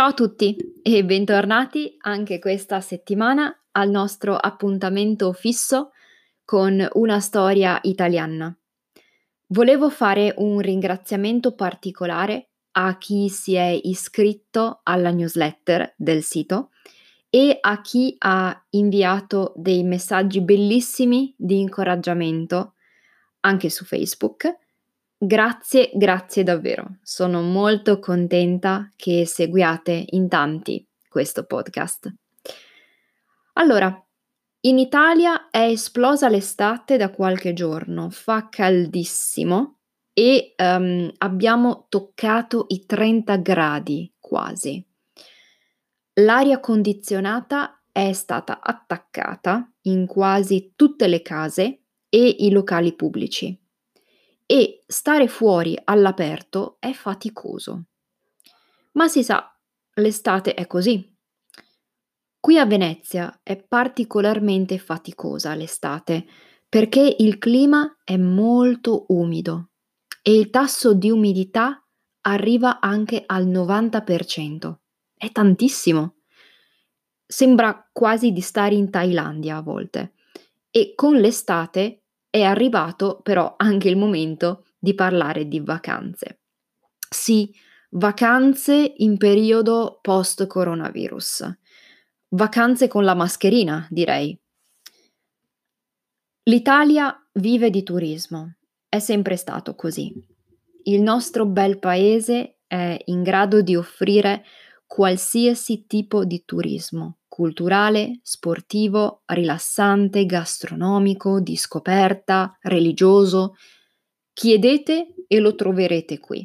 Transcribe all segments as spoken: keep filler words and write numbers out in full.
Ciao a tutti e bentornati anche questa settimana al nostro appuntamento fisso con una storia italiana. Volevo fare un ringraziamento particolare a chi si è iscritto alla newsletter del sito e a chi ha inviato dei messaggi bellissimi di incoraggiamento anche su Facebook. Grazie, grazie davvero. Sono molto contenta che seguiate in tanti questo podcast. Allora, in Italia è esplosa l'estate da qualche giorno, fa caldissimo e ehm, abbiamo toccato i trenta gradi quasi. L'aria condizionata è stata attaccata in quasi tutte le case e i locali pubblici e stare fuori all'aperto è faticoso. Ma si sa, l'estate è così. Qui a Venezia è particolarmente faticosa l'estate perché il clima è molto umido e il tasso di umidità arriva anche al novanta per cento. È tantissimo. Sembra quasi di stare in Thailandia a volte. E con l'estate è arrivato però anche il momento di parlare di vacanze. Sì, vacanze in periodo post-coronavirus. Vacanze con la mascherina, direi. L'Italia vive di turismo, è sempre stato così. Il nostro bel paese è in grado di offrire qualsiasi tipo di turismo, culturale, sportivo, rilassante, gastronomico, di scoperta, religioso. Chiedete e lo troverete qui.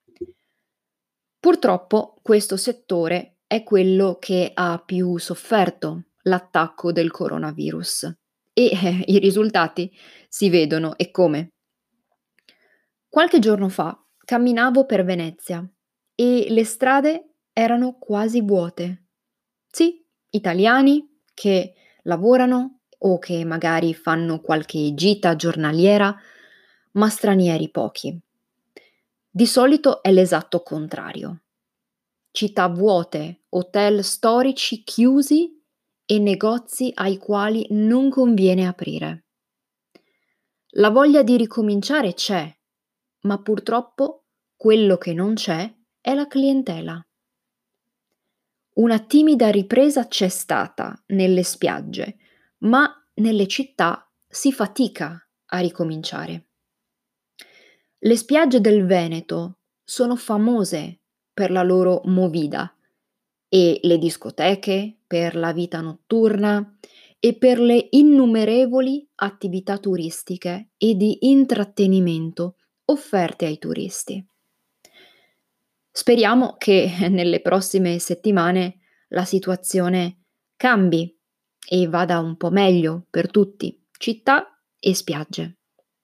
Purtroppo questo settore è quello che ha più sofferto l'attacco del coronavirus e eh, i risultati si vedono e come. Qualche giorno fa camminavo per Venezia e le strade erano quasi vuote. Sì, italiani che lavorano o che magari fanno qualche gita giornaliera, ma stranieri pochi. Di solito è l'esatto contrario. Città vuote, hotel storici chiusi e negozi ai quali non conviene aprire. La voglia di ricominciare c'è, ma purtroppo quello che non c'è è la clientela. Una timida ripresa c'è stata nelle spiagge, ma nelle città si fatica a ricominciare. Le spiagge del Veneto sono famose per la loro movida e le discoteche per la vita notturna e per le innumerevoli attività turistiche e di intrattenimento offerte ai turisti. Speriamo che nelle prossime settimane la situazione cambi e vada un po' meglio per tutti, città e spiagge.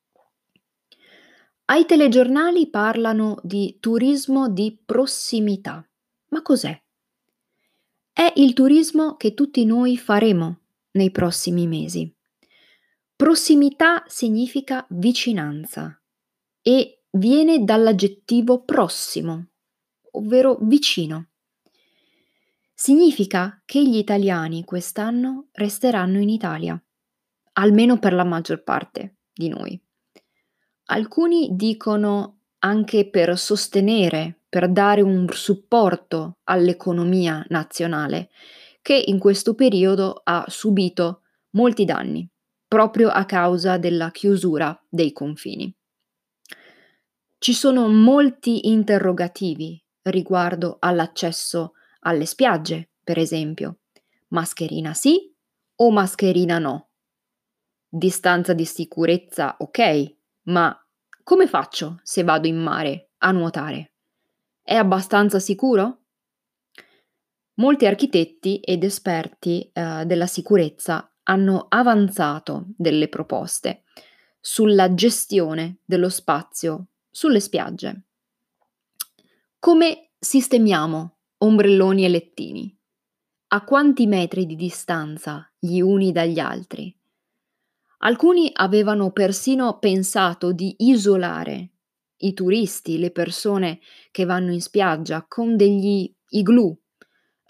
Ai telegiornali parlano di turismo di prossimità. Ma cos'è? È il turismo che tutti noi faremo nei prossimi mesi. Prossimità significa vicinanza e viene dall'aggettivo prossimo, ovvero vicino. Significa che gli italiani quest'anno resteranno in Italia, almeno per la maggior parte di noi. Alcuni dicono anche per sostenere, per dare un supporto all'economia nazionale, che in questo periodo ha subito molti danni, proprio a causa della chiusura dei confini. Ci sono molti interrogativi riguardo all'accesso alle spiagge, per esempio. Mascherina sì o mascherina no? Distanza di sicurezza ok, ma come faccio se vado in mare a nuotare? È abbastanza sicuro? Molti architetti ed esperti eh, della sicurezza hanno avanzato delle proposte sulla gestione dello spazio sulle spiagge. Come sistemiamo ombrelloni e lettini? A quanti metri di distanza gli uni dagli altri? Alcuni avevano persino pensato di isolare i turisti, le persone che vanno in spiaggia con degli igloo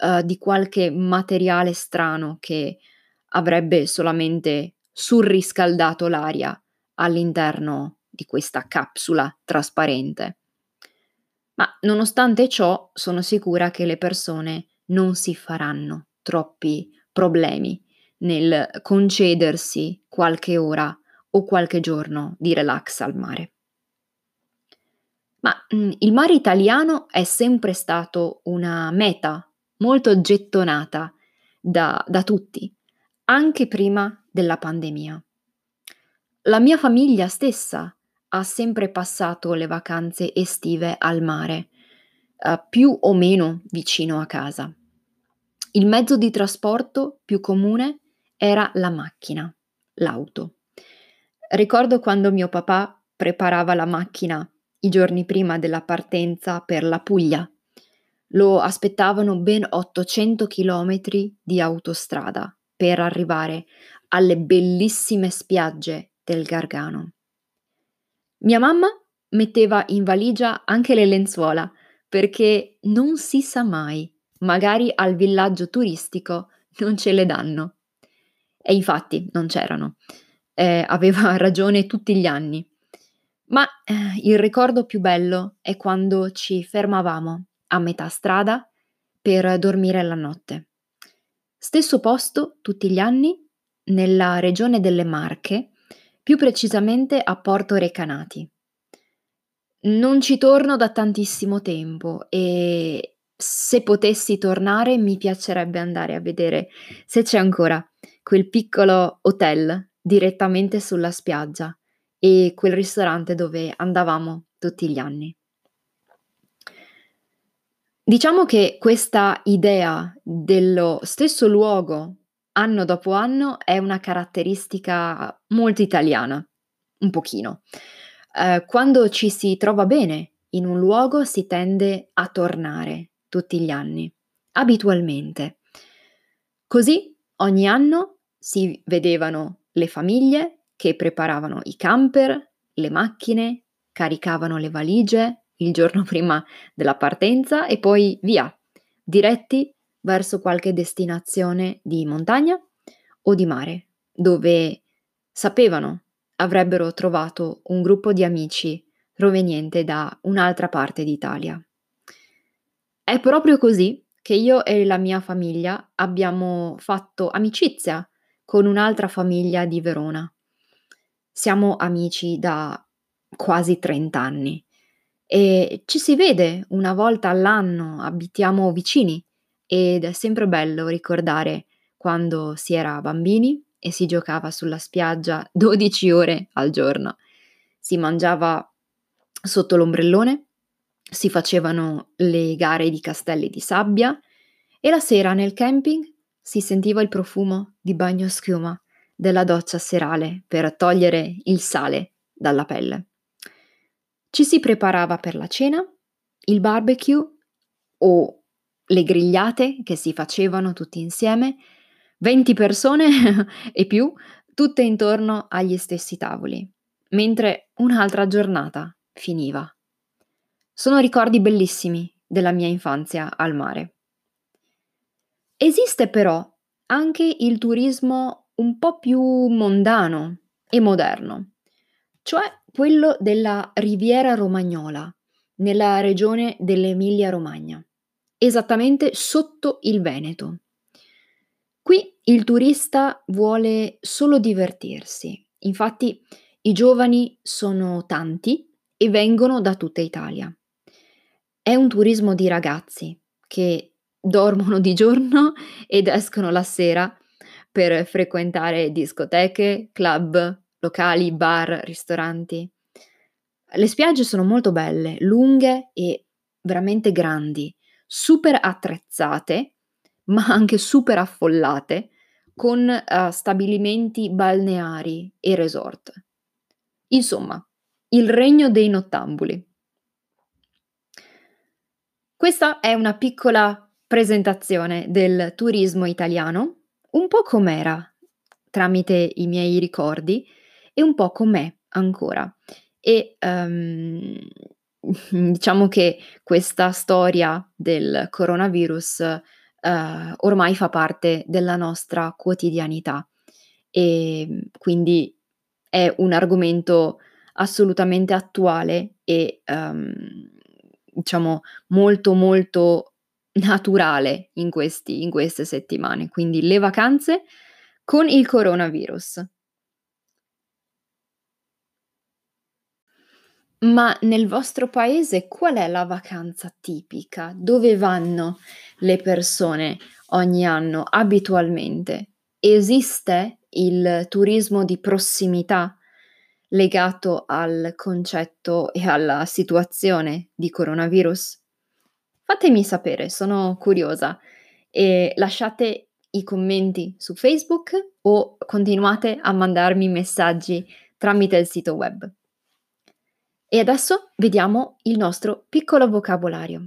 uhm, di qualche materiale strano che avrebbe solamente surriscaldato l'aria all'interno di questa capsula trasparente. Ma nonostante ciò, sono sicura che le persone non si faranno troppi problemi nel concedersi qualche ora o qualche giorno di relax al mare. Ma, mhmm, il mare italiano è sempre stato una meta molto gettonata da da tutti, anche prima della pandemia. La mia famiglia stessa ha sempre passato le vacanze estive al mare, uhm, più o meno vicino a casa. Il mezzo di trasporto più comune era la macchina, l'auto. Ricordo quando mio papà preparava la macchina i giorni prima della partenza per la Puglia. Lo aspettavano ben ottocento chilometri di autostrada per arrivare alle bellissime spiagge del Gargano. Mia mamma metteva in valigia anche le lenzuola, perché non si sa mai, magari al villaggio turistico non ce le danno. E infatti non c'erano. Ehm, aveva ragione tutti gli anni. Ma, ehm, il ricordo più bello è quando ci fermavamo a metà strada per dormire la notte. Stesso posto tutti gli anni, nella regione delle Marche, più precisamente a Porto Recanati. Non ci torno da tantissimo tempo e se potessi tornare mi piacerebbe andare a vedere se c'è ancora quel piccolo hotel direttamente sulla spiaggia e quel ristorante dove andavamo tutti gli anni. Diciamo che questa idea dello stesso luogo anno dopo anno è una caratteristica molto italiana, un pochino. Ehm, quando ci si trova bene in un luogo si tende a tornare tutti gli anni, abitualmente. Così ogni anno si vedevano le famiglie che preparavano i camper, le macchine, caricavano le valigie il giorno prima della partenza e poi via, diretti verso qualche destinazione di montagna o di mare, dove sapevano avrebbero trovato un gruppo di amici proveniente da un'altra parte d'Italia. È proprio così che io e la mia famiglia abbiamo fatto amicizia con un'altra famiglia di Verona. Siamo amici da quasi trenta anni e ci si vede una volta all'anno, abitiamo vicini ed è sempre bello ricordare quando si era bambini e si giocava sulla spiaggia dodici ore al giorno. Si mangiava sotto l'ombrellone, si facevano le gare di castelli di sabbia e la sera nel camping si sentiva il profumo di bagnoschiuma della doccia serale per togliere il sale dalla pelle. Ci si preparava per la cena, il barbecue o le grigliate che si facevano tutti insieme, venti persone e più, tutte intorno agli stessi tavoli, mentre un'altra giornata finiva. Sono ricordi bellissimi della mia infanzia al mare. Esiste però anche il turismo un po' più mondano e moderno, cioè quello della Riviera Romagnola, nella regione dell'Emilia-Romagna, esattamente sotto il Veneto. Qui il turista vuole solo divertirsi, infatti i giovani sono tanti e vengono da tutta Italia. È un turismo di ragazzi che dormono di giorno ed escono la sera per frequentare discoteche, club, locali, bar, ristoranti. Le spiagge sono molto belle, lunghe e veramente grandi, super attrezzate, ma anche super affollate, con, uhm, stabilimenti balneari e resort. Insomma, il regno dei nottambuli. Questa è una piccola presentazione del turismo italiano, un po' com'era tramite i miei ricordi e un po' com'è ancora. E, uhm, diciamo che questa storia del coronavirus, uhm, ormai fa parte della nostra quotidianità. Ehm, quindi è un argomento assolutamente attuale e, uhm, diciamo molto, molto naturale in questi in queste settimane, quindi le vacanze con il coronavirus. Ma nel vostro paese qual è la vacanza tipica? Dove vanno le persone ogni anno abitualmente? Esiste il turismo di prossimità legato al concetto e alla situazione di coronavirus? Fatemi sapere, sono curiosa e lasciate i commenti su Facebook o continuate a mandarmi messaggi tramite il sito web. E adesso vediamo il nostro piccolo vocabolario.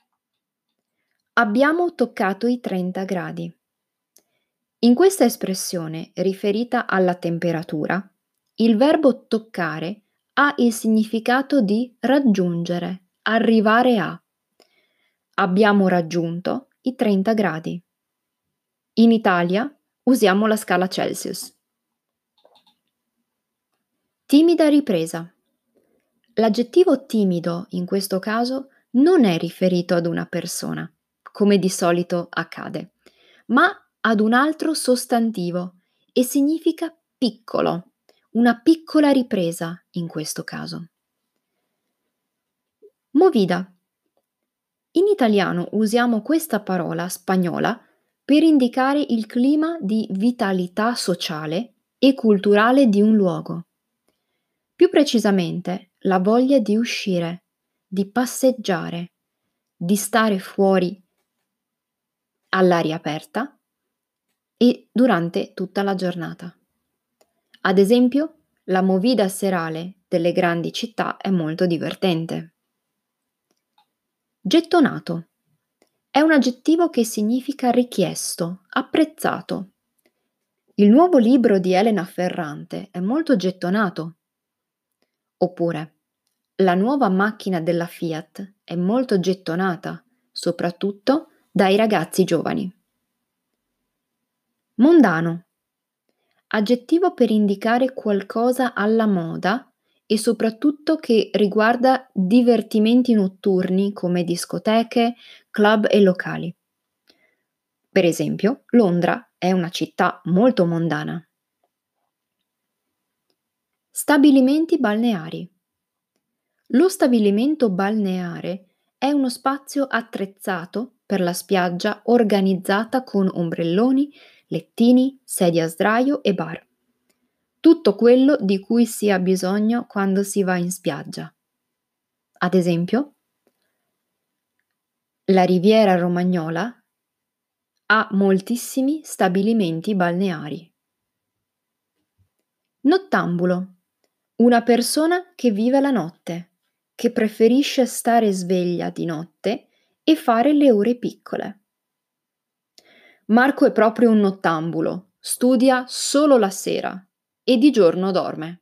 Abbiamo toccato i trenta gradi. In questa espressione riferita alla temperatura, il verbo toccare ha il significato di raggiungere, arrivare a. Abbiamo raggiunto i trenta gradi. In Italia usiamo la scala Celsius. Timida ripresa. L'aggettivo timido in questo caso non è riferito ad una persona, come di solito accade, ma ad un altro sostantivo e significa piccolo, una piccola ripresa in questo caso. Movida. In italiano usiamo questa parola spagnola per indicare il clima di vitalità sociale e culturale di un luogo. Più precisamente, la voglia di uscire, di passeggiare, di stare fuori all'aria aperta e durante tutta la giornata. Ad esempio, la movida serale delle grandi città è molto divertente. Gettonato. È un aggettivo che significa richiesto, apprezzato. Il nuovo libro di Elena Ferrante è molto gettonato. Oppure, la nuova macchina della Fiat è molto gettonata, soprattutto dai ragazzi giovani. Mondano. Aggettivo per indicare qualcosa alla moda e soprattutto che riguarda divertimenti notturni come discoteche, club e locali. Per esempio, Londra è una città molto mondana. Stabilimenti balneari. Lo stabilimento balneare è uno spazio attrezzato per la spiaggia organizzata con ombrelloni, lettini, sedie a sdraio e bar. Tutto quello di cui si ha bisogno quando si va in spiaggia. Ad esempio, la Riviera Romagnola ha moltissimi stabilimenti balneari. Nottambulo. Una persona che vive la notte, che preferisce stare sveglia di notte e fare le ore piccole. Marco è proprio un nottambulo, studia solo la sera e di giorno dorme.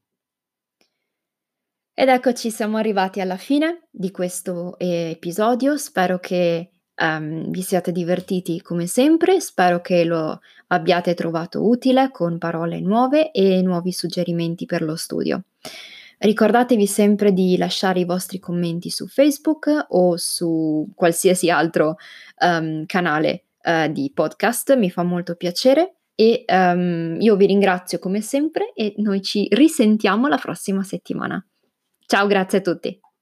Ed eccoci, siamo arrivati alla fine di questo eh, episodio, spero che um, vi siate divertiti come sempre, spero che lo abbiate trovato utile con parole nuove e nuovi suggerimenti per lo studio. Ricordatevi sempre di lasciare i vostri commenti su Facebook o su qualsiasi altro um, canale uh, di podcast, mi fa molto piacere e um, io vi ringrazio come sempre e noi ci risentiamo la prossima settimana. Ciao, grazie a tutti.